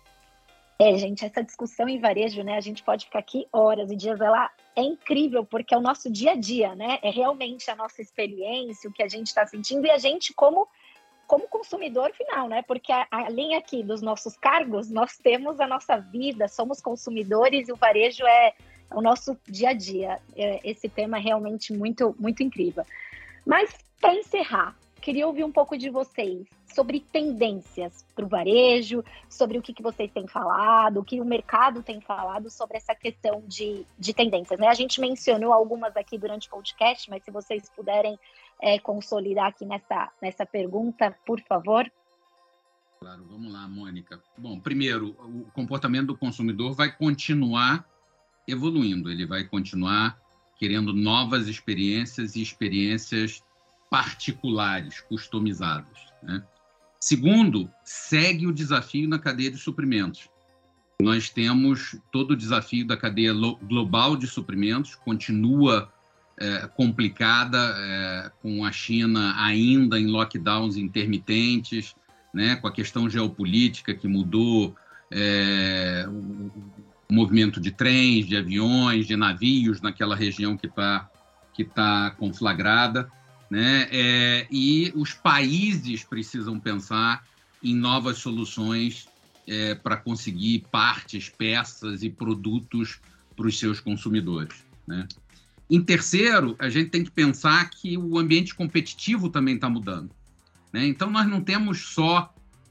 Gente, essa discussão em varejo, né? A gente pode ficar aqui horas e dias. Ela é incrível, porque é o nosso dia a dia, né? É realmente a nossa experiência, o que a gente está sentindo, e a gente como consumidor final, né? Porque além aqui dos nossos cargos, nós temos a nossa vida, somos consumidores, e o varejo é o nosso dia a dia. Esse tema é realmente muito, muito incrível. Mas, para encerrar, queria ouvir um pouco de vocês sobre tendências para o varejo, sobre o que vocês têm falado, o que o mercado tem falado sobre essa questão de tendências, né? A gente mencionou algumas aqui durante o podcast, mas se vocês puderem consolidar aqui nessa pergunta, por favor. Claro, vamos lá, Mônica. Bom, primeiro, o comportamento do consumidor vai continuar evoluindo, ele vai continuar querendo novas experiências e experiências particulares, customizadas, né? Segundo, segue o desafio na cadeia de suprimentos. Nós temos todo o desafio da cadeia global de suprimentos, continua complicada, com a China ainda em lockdowns intermitentes, né, com a questão geopolítica que mudou o movimento de trens, de aviões, de navios naquela região que tá conflagrada, né? E os países precisam pensar em novas soluções para conseguir partes, peças e produtos para os seus consumidores, né? Em terceiro, a gente tem que pensar que o ambiente competitivo também está mudando, né? Então, nós não temos só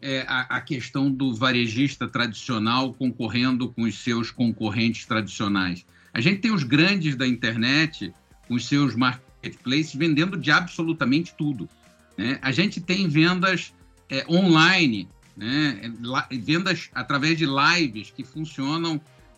a questão do varejista tradicional concorrendo com os seus concorrentes tradicionais. A gente tem os grandes da internet, com os seus marketplaces, vendendo de absolutamente tudo, né? A gente tem vendas online, né? Vendas através de lives que funcionam,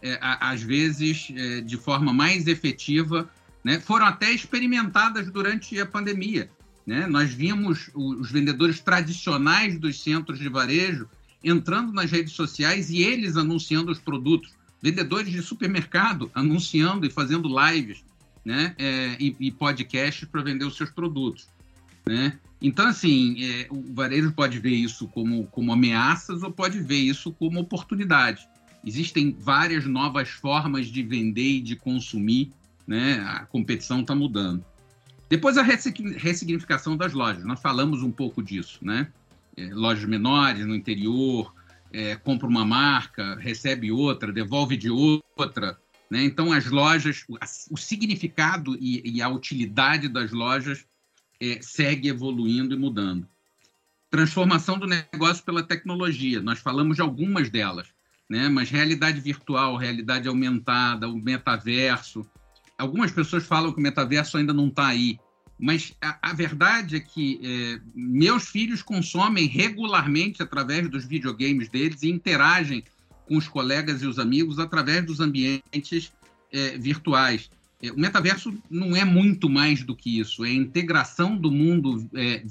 às vezes, de forma mais efetiva, né? Foram até experimentadas durante a pandemia, né? Nós vimos os vendedores tradicionais dos centros de varejo entrando nas redes sociais e eles anunciando os produtos, vendedores de supermercado anunciando e fazendo lives, né? E podcasts para vender os seus produtos, né? Então, assim, o varejo pode ver isso como ameaças ou pode ver isso como oportunidade. Existem várias novas formas de vender e de consumir, né? A competição está mudando. Depois, a ressignificação das lojas. Nós falamos um pouco disso, né? Lojas menores no interior, compra uma marca, recebe outra, devolve de outra, né? Então, as lojas, o significado e a utilidade das lojas segue evoluindo e mudando. Transformação do negócio pela tecnologia. Nós falamos de algumas delas, né? Mas realidade virtual, realidade aumentada, o metaverso. Algumas pessoas falam que o metaverso ainda não está aí, mas a verdade é que meus filhos consomem regularmente através dos videogames deles e interagem com os colegas e os amigos através dos ambientes virtuais. O metaverso não é muito mais do que isso, é a integração do mundo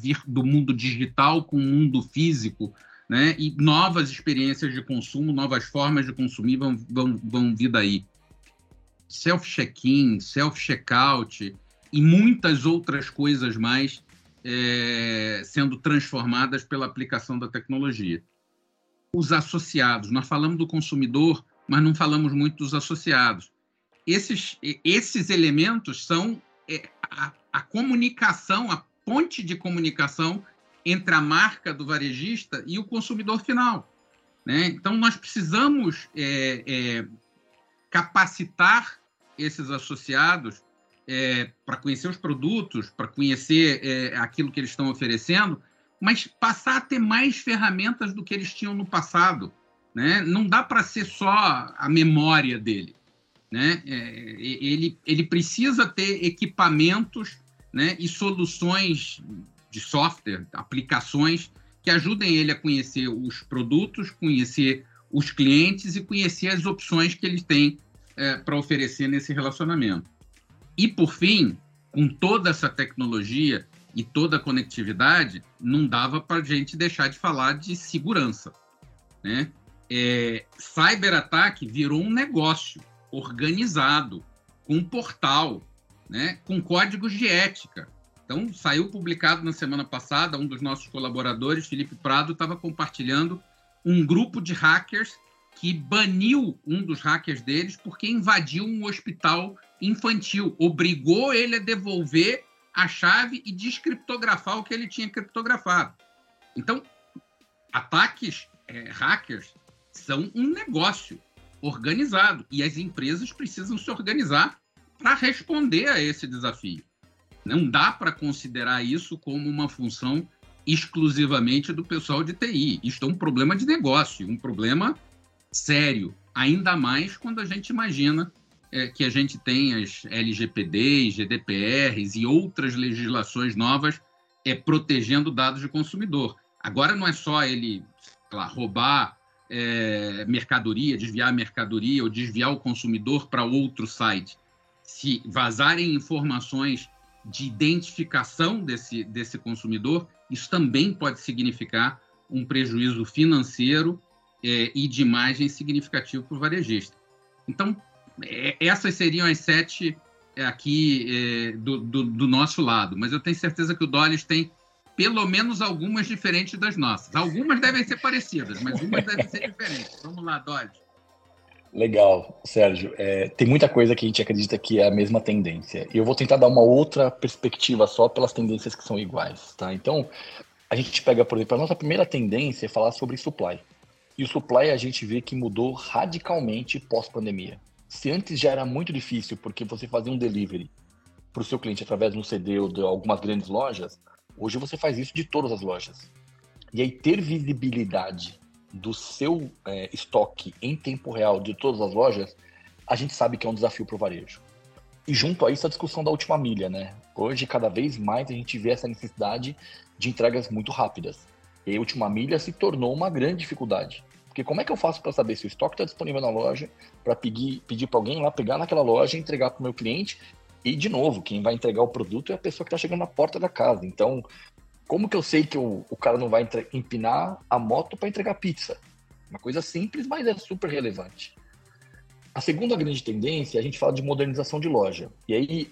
digital com o mundo físico, né? E novas experiências de consumo, novas formas de consumir vão vir daí. Self-check-in, self-checkout e muitas outras coisas mais sendo transformadas pela aplicação da tecnologia. os associados. Nós falamos do consumidor, mas não falamos muito dos associados. Esses elementos são a comunicação, a ponte de comunicação entre a marca do varejista e o consumidor final, né? Então, nós precisamos capacitar esses associados para conhecer os produtos, para conhecer aquilo que eles estão oferecendo, mas passar a ter mais ferramentas do que eles tinham no passado, né? Não dá para ser só a memória dele, né? Ele precisa ter equipamentos, né, e soluções de software, aplicações que ajudem ele a conhecer os produtos, conhecer os clientes e conhecer as opções que ele tem para oferecer nesse relacionamento. E, por fim, com toda essa tecnologia e toda a conectividade, não dava para a gente deixar de falar de segurança, né? Cyberataque virou um negócio organizado, com um portal, né, com códigos de ética. Então, saiu publicado na semana passada, um dos nossos colaboradores, Felipe Prado, estava compartilhando um grupo de hackers que baniu um dos hackers deles porque invadiu um hospital infantil, obrigou ele a devolver a chave e descriptografar o que ele tinha criptografado. Então, ataques hackers são um negócio organizado e as empresas precisam se organizar para responder a esse desafio. Não dá para considerar isso como uma função exclusivamente do pessoal de TI. Isto é um problema de negócio, um problema sério, ainda mais quando a gente imagina que a gente tem as LGPDs, GDPRs e outras legislações novas protegendo dados do consumidor. Agora não é só ele, roubar mercadoria, desviar a mercadoria ou desviar o consumidor para outro site. Se vazarem informações de identificação desse consumidor, isso também pode significar um prejuízo financeiro e de imagem significativo para o varejista. Então, essas seriam as 7 aqui do nosso lado, mas eu tenho certeza que o Dolly tem pelo menos algumas diferentes das nossas. Algumas devem ser parecidas, mas umas devem ser diferentes. Vamos lá, Dolly. Legal, Sérgio. Tem muita coisa que a gente acredita que é a mesma tendência. E eu vou tentar dar uma outra perspectiva só pelas tendências que são iguais, tá? Então, a gente pega, por exemplo, a nossa primeira tendência é falar sobre supply. E o supply a gente vê que mudou radicalmente pós-pandemia. Se antes já era muito difícil, porque você fazia um delivery para o seu cliente através de um CD ou de algumas grandes lojas, hoje você faz isso de todas as lojas. E aí ter visibilidade do seu estoque em tempo real de todas as lojas, a gente sabe que é um desafio para o varejo. E junto a isso a discussão da última milha, né? Hoje, cada vez mais, a gente vê essa necessidade de entregas muito rápidas. E a última milha se tornou uma grande dificuldade. Porque como é que eu faço para saber se o estoque está disponível na loja, para pedir para alguém lá pegar naquela loja e entregar para o meu cliente? E, de novo, quem vai entregar o produto é a pessoa que está chegando na porta da casa. Então, como que eu sei que o cara não vai empinar a moto para entregar pizza? Uma coisa simples, mas é super relevante. A segunda grande tendência, a gente fala de modernização de loja. E aí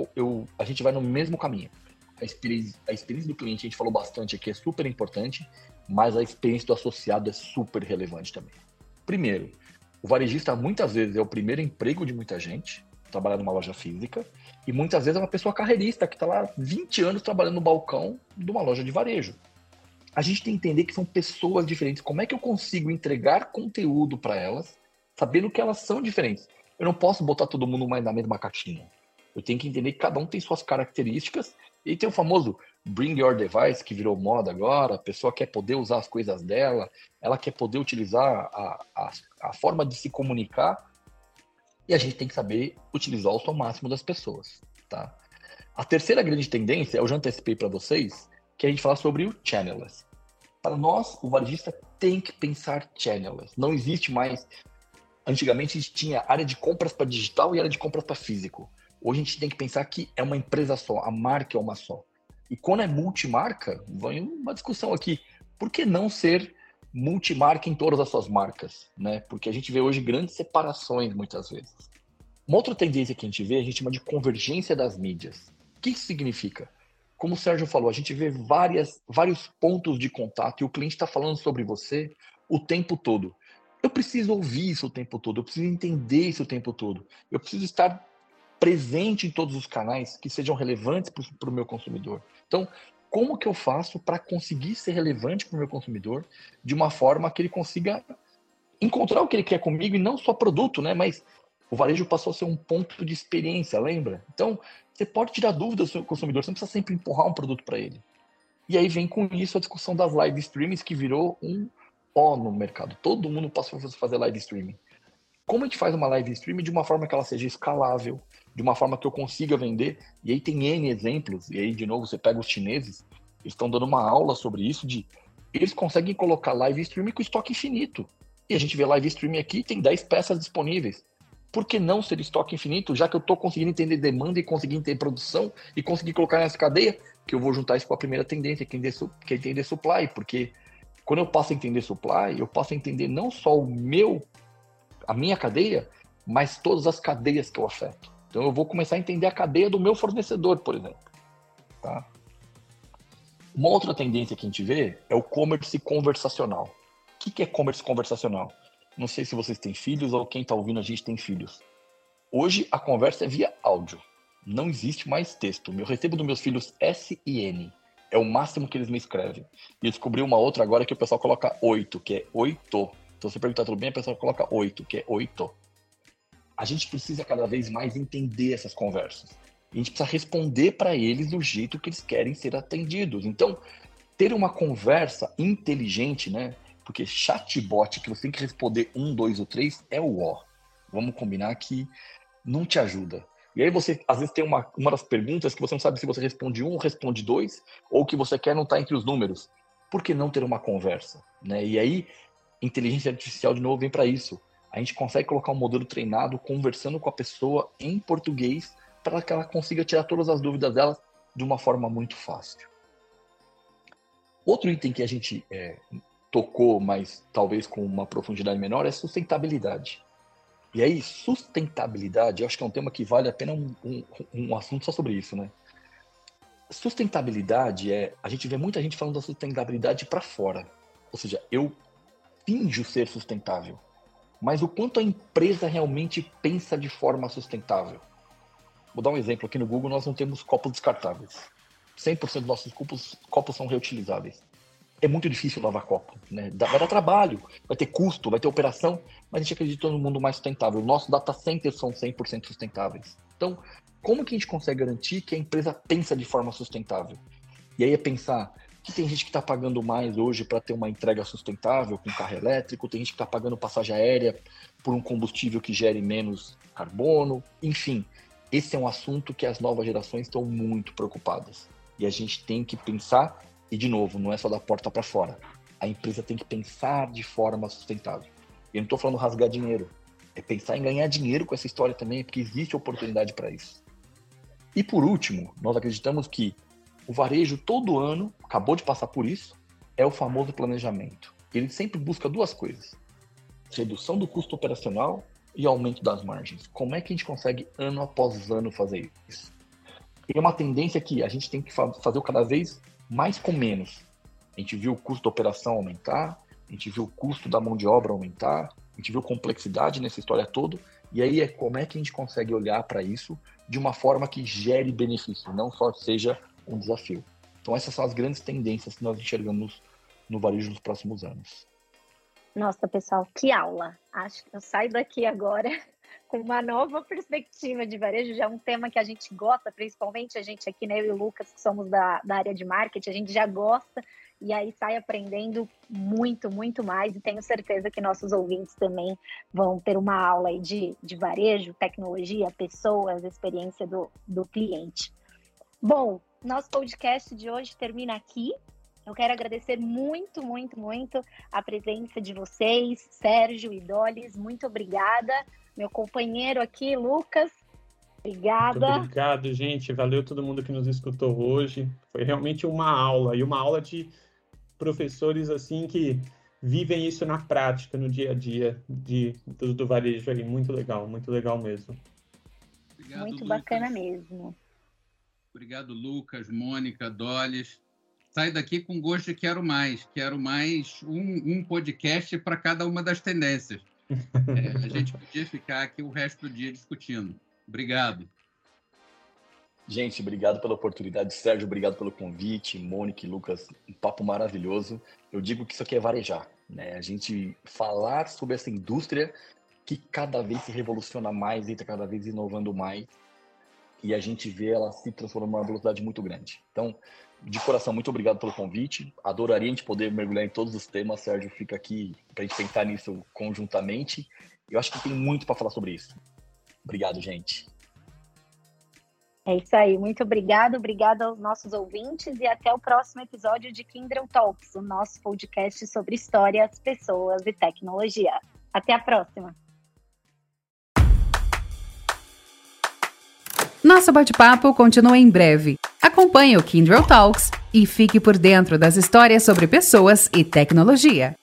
a gente vai no mesmo caminho. A experiência do cliente, a gente falou bastante aqui, é super importante, mas a experiência do associado é super relevante também. Primeiro, o varejista muitas vezes é o primeiro emprego de muita gente, trabalhar numa loja física, e muitas vezes é uma pessoa carreirista que está lá 20 anos trabalhando no balcão de uma loja de varejo. A gente tem que entender que são pessoas diferentes. Como é que eu consigo entregar conteúdo para elas, sabendo que elas são diferentes? Eu não posso botar todo mundo mais na mesma caixinha. Eu tenho que entender que cada um tem suas características, e tem o famoso Bring Your Device, que virou moda agora. A pessoa quer poder usar as coisas dela, ela quer poder utilizar a forma de se comunicar, e a gente tem que saber utilizar o máximo das pessoas, tá? A terceira grande tendência, eu já antecipei para vocês, que a gente fala sobre o channelless. Para nós, o varejista tem que pensar channelless. Não existe mais... Antigamente a gente tinha área de compras para digital e área de compras para físico. Hoje a gente tem que pensar que é uma empresa só, a marca é uma só. E quando é multimarca, vem uma discussão aqui. Por que não ser multimarca em todas as suas marcas, né? Porque a gente vê hoje grandes separações muitas vezes. Uma outra tendência que a gente vê, a gente chama de convergência das mídias. O que isso significa? Como o Sérgio falou, a gente vê vários pontos de contato e o cliente está falando sobre você, o tempo todo. Eu preciso ouvir isso o tempo todo, eu preciso entender isso o tempo todo. Eu preciso estar presente em todos os canais que sejam relevantes para o meu consumidor. Então, como que eu faço para conseguir ser relevante para o meu consumidor de uma forma que ele consiga encontrar o que ele quer comigo e não só produto, né? Mas o varejo passou a ser um ponto de experiência, lembra? Então, você pode tirar dúvidas do seu consumidor, você não precisa sempre empurrar um produto para ele. E aí vem com isso a discussão das live streamings, que virou um ó no mercado. Todo mundo passou a fazer live streaming. Como a gente faz uma live streaming de uma forma que ela seja escalável, de uma forma que eu consiga vender? E aí tem N exemplos, e aí de novo você pega os chineses, eles estão dando uma aula sobre isso, eles conseguem colocar live streaming com estoque infinito. E a gente vê live streaming aqui, tem 10 peças disponíveis. Por que não ser estoque infinito, já que eu estou conseguindo entender demanda e conseguindo ter produção e conseguir colocar nessa cadeia, que eu vou juntar isso com a primeira tendência, que é entender supply, porque quando eu passo a entender supply, eu passo a entender não só a minha cadeia, mas todas as cadeias que eu afeto. Então eu vou começar a entender a cadeia do meu fornecedor, por exemplo. Tá? Uma outra tendência que a gente vê é o commerce conversacional. O que é commerce conversacional? Não sei se vocês têm filhos ou quem está ouvindo a gente tem filhos. Hoje a conversa é via áudio. Não existe mais texto. Eu recebo dos meus filhos S e N. É o máximo que eles me escrevem. E eu descobri uma outra agora que o pessoal coloca 8, que é oito. Então você pergunta tudo bem, a pessoa coloca 8, que é 8. A gente precisa cada vez mais entender essas conversas. E a gente precisa responder para eles do jeito que eles querem ser atendidos. Então, ter uma conversa inteligente, né? Porque chatbot que você tem que responder 1, 2 ou 3 é o ó. Vamos combinar que não te ajuda. E aí você, às vezes, tem uma das perguntas que você não sabe se você responde 1 ou responde 2, ou o que você quer não está entre os números. Por que não ter uma conversa? Né? E aí, inteligência artificial, de novo, vem para isso. A gente consegue colocar um modelo treinado conversando com a pessoa em português para que ela consiga tirar todas as dúvidas dela de uma forma muito fácil. Outro item que a gente tocou, mas talvez com uma profundidade menor, é sustentabilidade. E aí, sustentabilidade, eu acho que é um tema que vale a pena um assunto só sobre isso, né? Sustentabilidade a gente vê muita gente falando da sustentabilidade para fora. Ou seja, eu finjo ser sustentável. Mas o quanto a empresa realmente pensa de forma sustentável? Vou dar um exemplo. Aqui no Google nós não temos copos descartáveis. 100% dos nossos copos são reutilizáveis. É muito difícil lavar copo, né? Vai dar trabalho, vai ter custo, vai ter operação, mas a gente acredita no mundo mais sustentável. Nossos data centers são 100% sustentáveis. Então, como que a gente consegue garantir que a empresa pensa de forma sustentável? E aí é pensar que tem gente que está pagando mais hoje para ter uma entrega sustentável com carro elétrico, tem gente que está pagando passagem aérea por um combustível que gere menos carbono, enfim. Esse é um assunto que as novas gerações estão muito preocupadas. E a gente tem que pensar, e de novo, não é só da porta para fora. A empresa tem que pensar de forma sustentável. E eu não estou falando rasgar dinheiro. É pensar em ganhar dinheiro com essa história também, porque existe oportunidade para isso. E por último, nós acreditamos que o varejo todo ano, acabou de passar por isso, é o famoso planejamento. Ele sempre busca duas coisas: redução do custo operacional e aumento das margens. Como é que a gente consegue, ano após ano, fazer isso? E é uma tendência que a gente tem que fazer cada vez mais com menos. A gente viu o custo da operação aumentar, a gente viu o custo da mão de obra aumentar, a gente viu complexidade nessa história toda, e aí como é que a gente consegue olhar para isso de uma forma que gere benefício, não só seja um desafio. Então essas são as grandes tendências que nós enxergamos no varejo nos próximos anos. Nossa, pessoal, que aula! Acho que eu saio daqui agora com uma nova perspectiva de varejo, já é um tema que a gente gosta, principalmente a gente aqui, né, eu e o Lucas, que somos da área de marketing, a gente já gosta, e aí sai aprendendo muito, muito mais, e tenho certeza que nossos ouvintes também vão ter uma aula aí de varejo, tecnologia, pessoas, experiência do cliente. Bom, nosso podcast de hoje termina aqui. Eu quero agradecer muito, muito, muito a presença de vocês, Sérgio e Dolis, muito obrigada. Meu companheiro aqui, Lucas, obrigada. Muito obrigado, gente. Valeu todo mundo que nos escutou hoje. Foi realmente uma aula, e uma aula de professores assim que vivem isso na prática, no dia a dia do varejo aí. Muito legal mesmo. Obrigado, muito Lucas. Bacana mesmo. Obrigado, Lucas, Mônica, Dolis. saio daqui com gosto de quero mais um podcast para cada uma das tendências. A gente podia ficar aqui o resto do dia discutindo. Obrigado. Gente, obrigado pela oportunidade. Sérgio, obrigado pelo convite. Mônica e Lucas, um papo maravilhoso. Eu digo que isso aqui é varejar, né? A gente falar sobre essa indústria que cada vez se revoluciona mais e está cada vez inovando mais. E a gente vê ela se transformando numa velocidade muito grande. Então, de coração, muito obrigado pelo convite. Adoraria a gente poder mergulhar em todos os temas. Sérgio fica aqui para a gente pensar nisso conjuntamente. Eu acho que tem muito para falar sobre isso. Obrigado, gente. É isso aí, muito obrigada aos nossos ouvintes e até o próximo episódio de Kyndryl Talks, o nosso podcast sobre histórias, pessoas e tecnologia. Até a próxima! Nosso bate-papo continua em breve. Acompanhe o Kyndryl Talks e fique por dentro das histórias sobre pessoas e tecnologia.